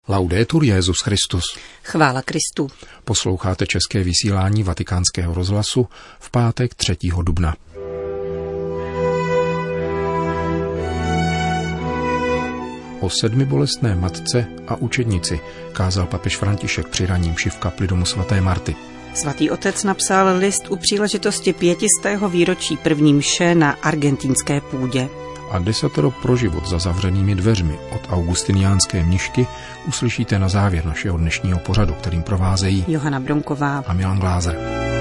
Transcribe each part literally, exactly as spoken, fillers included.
Laudetur Jesus Christus. Chvála Kristu. Posloucháte české vysílání Vatikánského rozhlasu v pátek třetího dubna. O sedmibolestné matce a učednici kázal papež František při ranní mši v kapli domu svaté Marty. Svatý otec napsal list u příležitosti pětistého výročí první mše na argentinské půdě. A desatero pro život za zavřenými dveřmi od augustiniánské mnišky uslyšíte na závěr našeho dnešního pořadu, kterým provázejí Johana Bronková a Milan Glázer.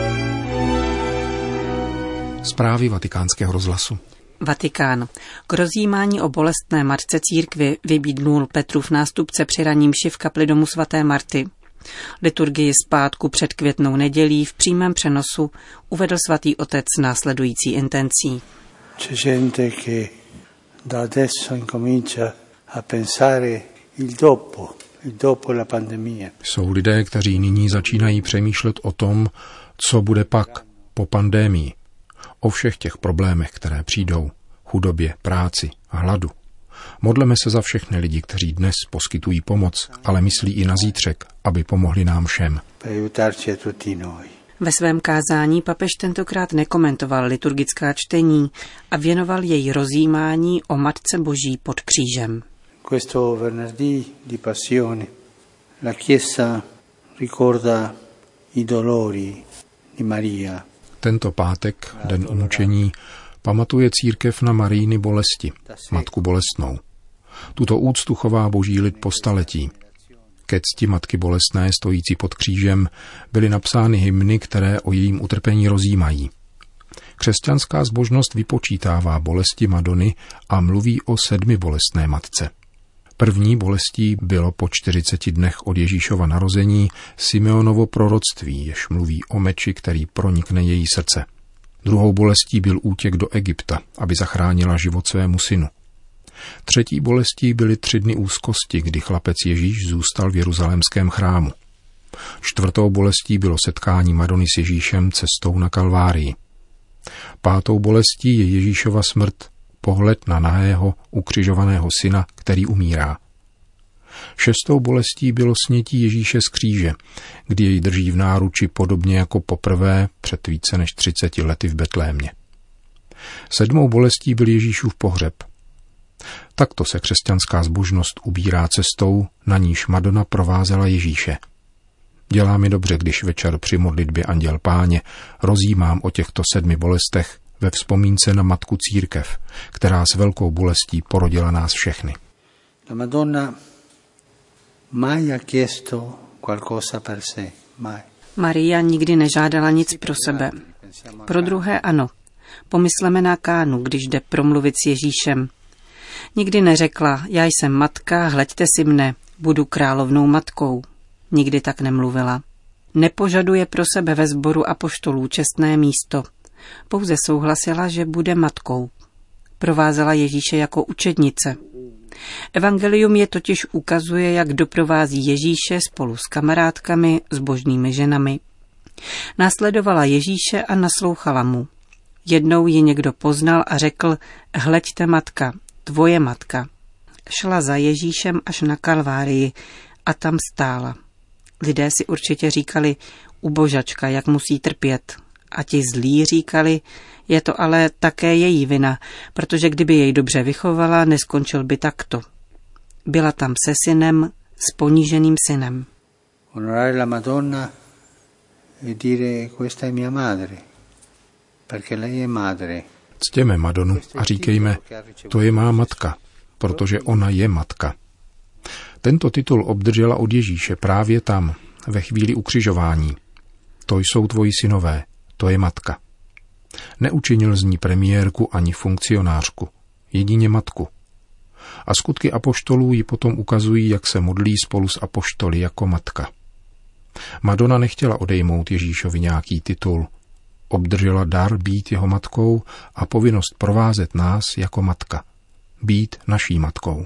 Zprávy Vatikánského rozhlasu. Vatikán. K rozjímání o bolestné matce církvi vybídnul Petrův nástupce při ranní mši v kapli domu svaté Marty. Liturgii zpátku před květnou nedělí v přímém přenosu uvedl svatý otec následující intencí. C'è gente che da adesso incomincia a pensare il dopo, il dopo la pandemia. Jsou lidé, kteří nyní začínají přemýšlet o tom, co bude pak po pandemii, o všech těch problémech, které přijdou, chudobě, práci, hladu. Modleme se za všechny lidi, kteří dnes poskytují pomoc, ale myslí i na zítřek, aby pomohli nám všem. Ve svém kázání papež tentokrát nekomentoval liturgická čtení a věnoval jej rozjímání o Matce Boží pod křížem. Questo venerdì di passione la Chiesa ricorda i dolori di Maria. Tento pátek, den umučení, pamatuje církev na Marijiny bolesti, Matku bolestnou. Tuto úctu chová boží lid po staletí. Ke cti Matky bolestné stojící pod křížem byly napsány hymny, které o jejím utrpení rozjímají. Křesťanská zbožnost vypočítává bolesti Madony a mluví o sedmi bolestné matce. První bolestí bylo po čtyřiceti dnech od Ježíšova narození Simeonovo proroctví, jež mluví o meči, který pronikne její srdce. Druhou bolestí byl útěk do Egypta, aby zachránila život svému synu. Třetí bolestí byly tři dny úzkosti, kdy chlapec Ježíš zůstal v jeruzalémském chrámu. Čtvrtou bolestí bylo setkání Madony s Ježíšem cestou na Kalvárii. Pátou bolestí je Ježíšova smrt, pohled na nahého, ukřižovaného syna, který umírá. Šestou bolestí bylo snětí Ježíše z kříže, kdy jej drží v náruči podobně jako poprvé před více než třiceti lety v Betlémě. Sedmou bolestí byl Ježíšův pohřeb. Takto se křesťanská zbožnost ubírá cestou, na níž Madonna provázela Ježíše. Dělá mi dobře, když večer při modlitbě Anděl Páně rozjímám o těchto sedmi bolestech ve vzpomínce na Matku církev, která s velkou bolestí porodila nás všechny. La Madonna mai ha chiesto qualcosa per sé, mai. Maria nikdy nežádala nic pro sebe. Pro druhé ano. Pomysleme na Kánu, když jde promluvit s Ježíšem. Nikdy neřekla, já jsem matka, hleďte si mne, budu královnou matkou. Nikdy tak nemluvila. Nepožaduje pro sebe ve sboru apoštolů čestné místo. Pouze souhlasila, že bude matkou. Provázela Ježíše jako učednice. Evangelium je totiž ukazuje, jak doprovází Ježíše spolu s kamarádkami, zbožnými ženami. Následovala Ježíše a naslouchala mu. Jednou ji někdo poznal a řekl, hleďte matka, tvoje matka. Šla za Ježíšem až na Kalvárii a tam stála. Lidé si určitě říkali, ubožačka, jak musí trpět. A ti zlí říkali, je to ale také její vina, protože kdyby jej dobře vychovala, neskončil by takto. Byla tam se synem, s poníženým synem. Onorare la Madonna e dire questa è mia madre, perché lei è madre. Ctěme Madonu a říkejme, to je má matka, protože ona je matka. Tento titul obdržela od Ježíše právě tam, ve chvíli ukřižování. To jsou tvoji synové, to je matka. Neučinil z ní premiérku ani funkcionářku, jedině matku. A skutky apoštolů ji potom ukazují, jak se modlí spolu s apoštoly jako matka. Madonna nechtěla odejmout Ježíšovi nějaký titul. Obdržela dar být jeho matkou a povinnost provázet nás jako matka. Být naší matkou.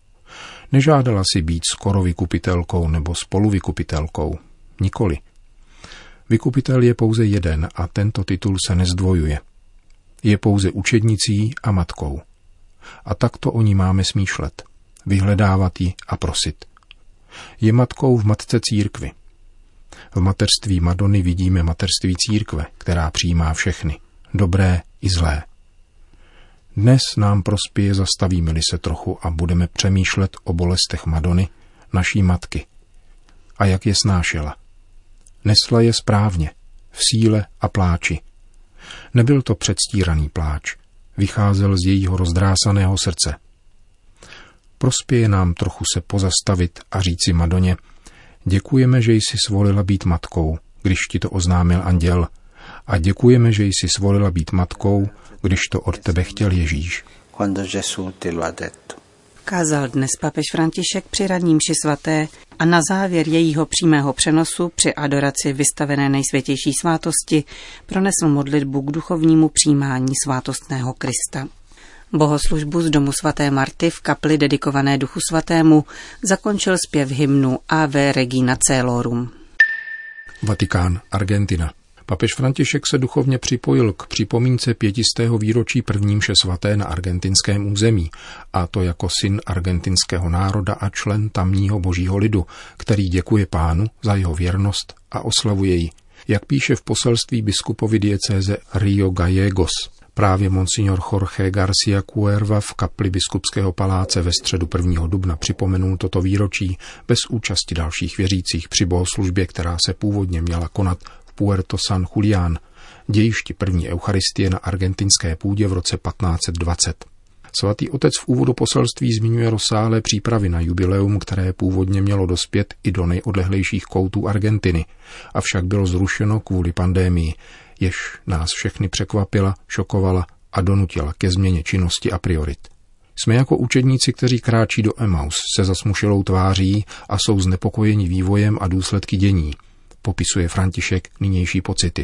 Nežádala si být skoro vykupitelkou nebo spoluvykupitelkou. Nikoli. Vykupitel je pouze jeden a tento titul se nezdvojuje. Je pouze učednicí a matkou. A takto o ní máme smýšlet. Vyhledávat ji a prosit. Je matkou v matce církvi. V mateřství Madony vidíme mateřství církve, která přijímá všechny, dobré i zlé. Dnes nám prospěje, zastavíme-li se trochu a budeme přemýšlet o bolestech Madony, naší matky. A jak je snášela. Nesla je správně, v síle a pláči. Nebyl to předstíraný pláč, vycházel z jejího rozdrásaného srdce. Prospěje nám trochu se pozastavit a říci Madoně, děkujeme, že jsi svolila být matkou, když ti to oznámil anděl, a děkujeme, že jsi svolila být matkou, když to od tebe chtěl Ježíš. Kázal dnes papež František při ranní mši svaté a na závěr jejího přímého přenosu při adoraci vystavené Nejsvětější svátosti pronesl modlitbu k duchovnímu přijímání svátostného Krista. Bohoslužbu z domu svaté Marty v kapli dedikované Duchu svatému zakončil zpěv hymnu Ave Regina Caelorum. Vatikán, Argentina. Papež František se duchovně připojil k připomínce pětistého výročí první mše svaté na argentinském území, a to jako syn argentinského národa a člen tamního božího lidu, který děkuje Pánu za jeho věrnost a oslavuje ji. Jak píše v poselství biskupovi diecéze Rio Gallegos, právě monsignor Jorge Garcia Cuerva v kapli biskupského paláce ve středu prvního dubna připomenul toto výročí bez účasti dalších věřících při bohoslužbě, která se původně měla konat v Puerto San Julián, dějišti první eucharistie na argentinské půdě v roce patnáct set dvacet. Svatý otec v úvodu poselství zmiňuje rozsáhlé přípravy na jubileum, které původně mělo dospět i do nejodlehlejších koutů Argentiny, avšak bylo zrušeno kvůli pandémii, jež nás všechny překvapila, šokovala a donutila ke změně činnosti a priorit. Jsme jako učedníci, kteří kráčí do Emaus se zasmušelou tváří a jsou znepokojeni vývojem a důsledky dění, popisuje František nynější pocity.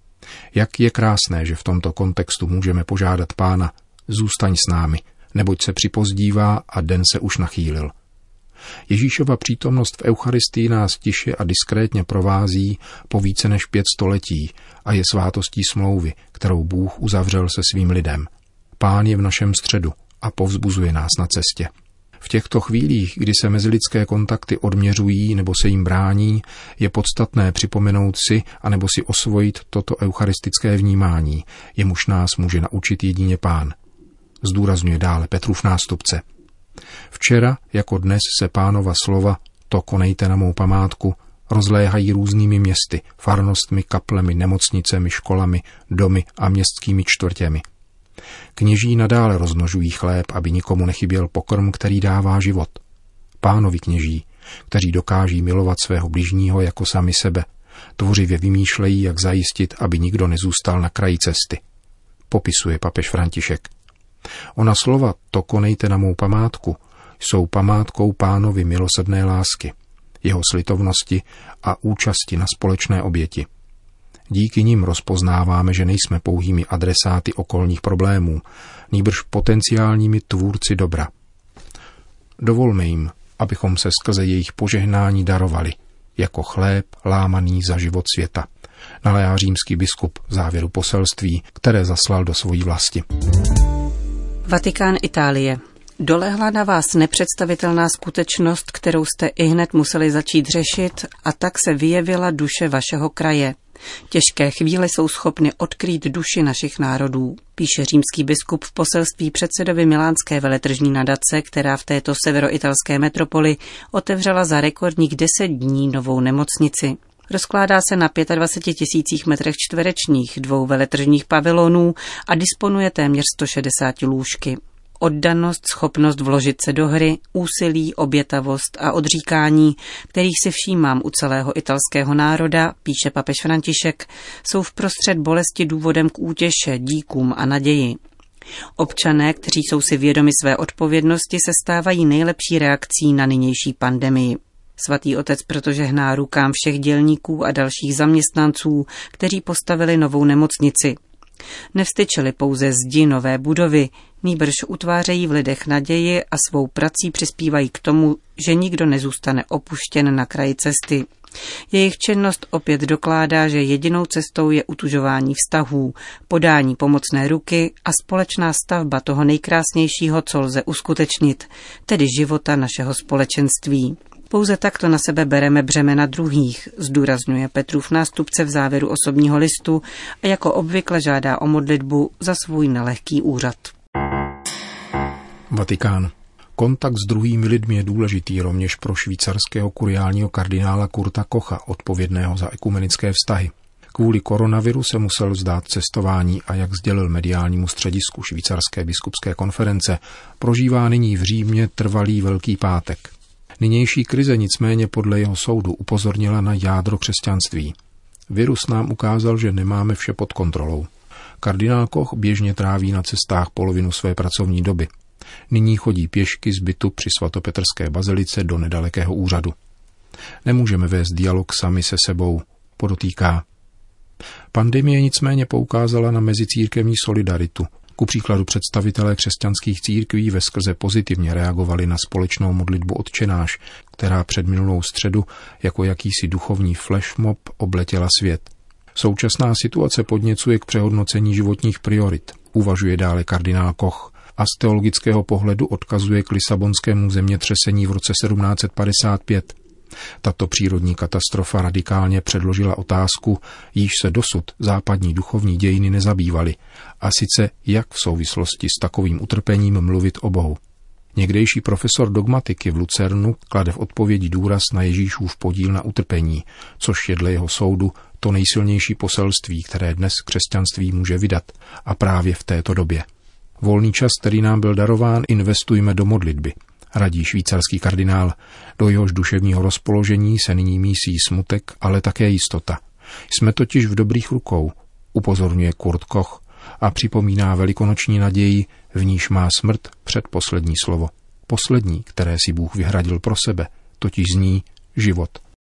Jak je krásné, že v tomto kontextu můžeme požádat Pána, zůstaň s námi, neboť se připozdívá a den se už nachýlil. Ježíšova přítomnost v Eucharistii nás tiše a diskrétně provází po více než pět století a je svátostí smlouvy, kterou Bůh uzavřel se svým lidem. Pán je v našem středu a povzbuzuje nás na cestě. V těchto chvílích, kdy se mezilidské kontakty odměřují nebo se jim brání, je podstatné připomenout si anebo si osvojit toto eucharistické vnímání, jemuž nás může naučit jedině Pán. Zdůrazňuje dále Petrův nástupce. Včera, jako dnes, se Pánova slova, to konejte na mou památku, rozléhají různými městy, farnostmi, kaplemi, nemocnicemi, školami, domy a městskými čtvrtěmi. Kněží nadále rozmnožují chléb, aby nikomu nechyběl pokrm, který dává život. Pánovi kněží, kteří dokáží milovat svého bližního jako sami sebe, tvořivě vymýšlejí, jak zajistit, aby nikdo nezůstal na kraji cesty. Popisuje papež František. Ona slova, to konejte na mou památku, jsou památkou Pánovy milosrdné lásky, jeho slitovnosti a účasti na společné oběti. Díky nim rozpoznáváme, že nejsme pouhými adresáty okolních problémů, nýbrž potenciálními tvůrci dobra. Dovolme jim, abychom se skrze jejich požehnání darovali, jako chléb lámaný za život světa, naléhá římský biskup v závěru poselství, které zaslal do svojí vlasti. Vatikán, Itálie. Dolehla na vás nepředstavitelná skutečnost, kterou jste ihned museli začít řešit, a tak se vyjevila duše vašeho kraje. Těžké chvíle jsou schopny odkrýt duši našich národů, píše římský biskup v poselství předsedovi milánské veletržní nadace, která v této severoitalské metropoli otevřela za rekordních deset dní novou nemocnici. Rozkládá se na dvacet pět tisících metrech čtverečních, dvou veletržních pavilonů a disponuje téměř sto šedesát lůžky. Oddanost, schopnost vložit se do hry, úsilí, obětavost a odříkání, kterých si všímám u celého italského národa, píše papež František, jsou vprostřed bolesti důvodem k útěše, díkům a naději. Občané, kteří jsou si vědomi své odpovědnosti, se stávají nejlepší reakcí na nynější pandemii. Svatý otec proto žehná rukám všech dělníků a dalších zaměstnanců, kteří postavili novou nemocnici. Nevstyčili pouze zdi nové budovy, nýbrž utvářejí v lidech naději a svou prací přispívají k tomu, že nikdo nezůstane opuštěn na kraji cesty. Jejich činnost opět dokládá, že jedinou cestou je utužování vztahů, podání pomocné ruky a společná stavba toho nejkrásnějšího, co lze uskutečnit, tedy života našeho společenství. Pouze takto na sebe bereme břemena druhých, zdůrazňuje Petrův nástupce v závěru osobního listu a jako obvykle žádá o modlitbu za svůj nelehký úřad. Vatikán. Kontakt s druhými lidmi je důležitý rovněž pro švýcarského kuriálního kardinála Kurta Kocha, odpovědného za ekumenické vztahy. Kvůli koronaviru se musel vzdát cestování a jak sdělil mediálnímu středisku švýcarské biskupské konference, prožívá nyní v Římě trvalý Velký pátek. Nynější krize nicméně podle jeho soudu upozornila na jádro křesťanství. Virus nám ukázal, že nemáme vše pod kontrolou. Kardinál Koch běžně tráví na cestách polovinu své pracovní doby. Nyní chodí pěšky z bytu při svatopetrské bazilice do nedalekého úřadu. Nemůžeme vést dialog sami se sebou, podotýká. Pandemie nicméně poukázala na mezicírkevní solidaritu. Ku příkladu představitelé křesťanských církví veskrze pozitivně reagovali na společnou modlitbu Otčenáš, která před minulou středu jako jakýsi duchovní flashmob obletěla svět. Současná situace podněcuje k přehodnocení životních priorit, uvažuje dále kardinál Koch, a z teologického pohledu odkazuje k lisabonskému zemětřesení v roce sedmnáct set padesát pět. Tato přírodní katastrofa radikálně předložila otázku, jíž se dosud západní duchovní dějiny nezabývaly, a sice jak v souvislosti s takovým utrpením mluvit o Bohu. Někdejší profesor dogmatiky v Lucernu klade v odpovědi důraz na Ježíšův podíl na utrpení, což je dle jeho soudu to nejsilnější poselství, které dnes křesťanství může vydat, a právě v této době. Volný čas, který nám byl darován, investujme do modlitby, radí švýcarský kardinál. Do jehož duševního rozpoložení se nyní mísí smutek, ale také jistota. Jsme totiž v dobrých rukou, upozorňuje Kurt Koch a připomíná velikonoční naději, v níž má smrt předposlední slovo. Poslední, které si Bůh vyhradil pro sebe, totiž zní život.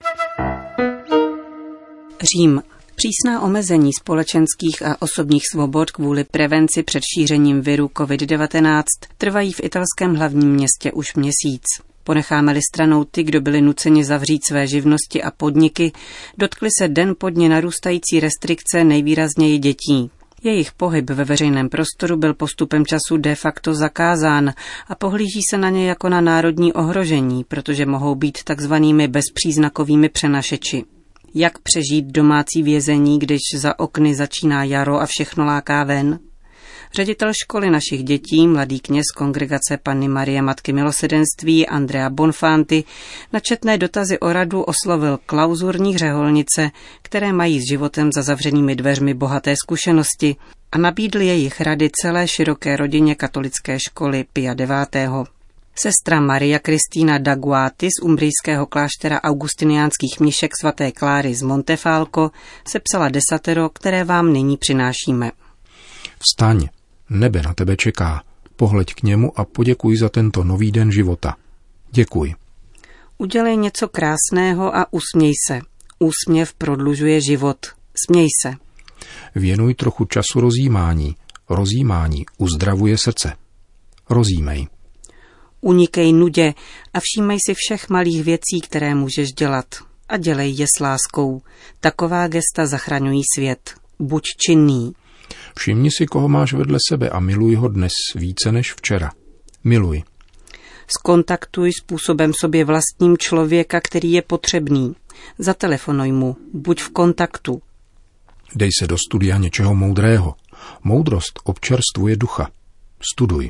Řím. Přísná omezení společenských a osobních svobod kvůli prevenci před šířením viru covid devatenáct trvají v italském hlavním městě už měsíc. Ponecháme-li stranou ty, kdo byli nuceni zavřít své živnosti a podniky, dotkli se den po dně narůstající restrikce nejvýrazněji dětí. Jejich pohyb ve veřejném prostoru byl postupem času de facto zakázán a pohlíží se na ně jako na národní ohrožení, protože mohou být takzvanými bezpříznakovými přenašeči. Jak přežít domácí vězení, když za okny začíná jaro a všechno láká ven? Ředitel školy našich dětí, mladý kněz kongregace Panny Marie Matky milosedenství Andrea Bonfanti, na četné dotazy o radu oslovil klauzurní řeholnice, které mají s životem za zavřenými dveřmi bohaté zkušenosti, a nabídl jejich rady celé široké rodině katolické školy Pia devátého. Sestra Maria Cristina Daguati z umbrijského kláštera augustiniánských mnišek svaté Kláry z Montefalco sepsala desatero, které vám nyní přinášíme. Vstaň, nebe na tebe čeká, pohleď k němu a poděkuj za tento nový den života. Děkuj. Udělej něco krásného a usměj se. Úsměv prodlužuje život. Směj se. Věnuj trochu času rozjímání. Rozjímání uzdravuje srdce. Rozjímej. Unikej nudě a všímej si všech malých věcí, které můžeš dělat. A dělej je s láskou. Taková gesta zachraňují svět. Buď činný. Všimni si, koho máš vedle sebe a miluj ho dnes více než včera. Miluj. Zkontaktuj způsobem sobě vlastním člověka, který je potřebný. Zatelefonuj mu. Buď v kontaktu. Dej se do studia něčeho moudrého. Moudrost občerstvuje ducha. Studuj.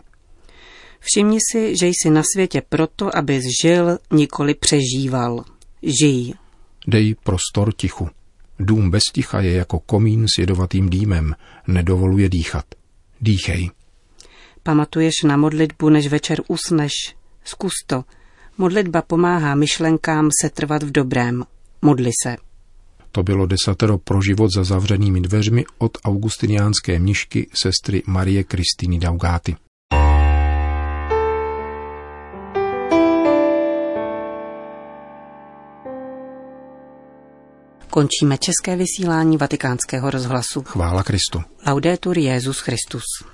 Všimni si, že jsi na světě proto, abys žil, nikoli přežíval. Žij. Dej prostor tichu. Dům bez ticha je jako komín s jedovatým dýmem, nedovoluje dýchat. Dýchej. Pamatuješ na modlitbu, než večer usneš? Zkus to. Modlitba pomáhá myšlenkám setrvat v dobrém. Modli se. To bylo desatero pro život za zavřenými dveřmi od augustiniánské mnišky sestry Marie Kristýny Daugati. Končíme české vysílání Vatikánského rozhlasu. Chvála Kristu. Laudetur Jesus Christus.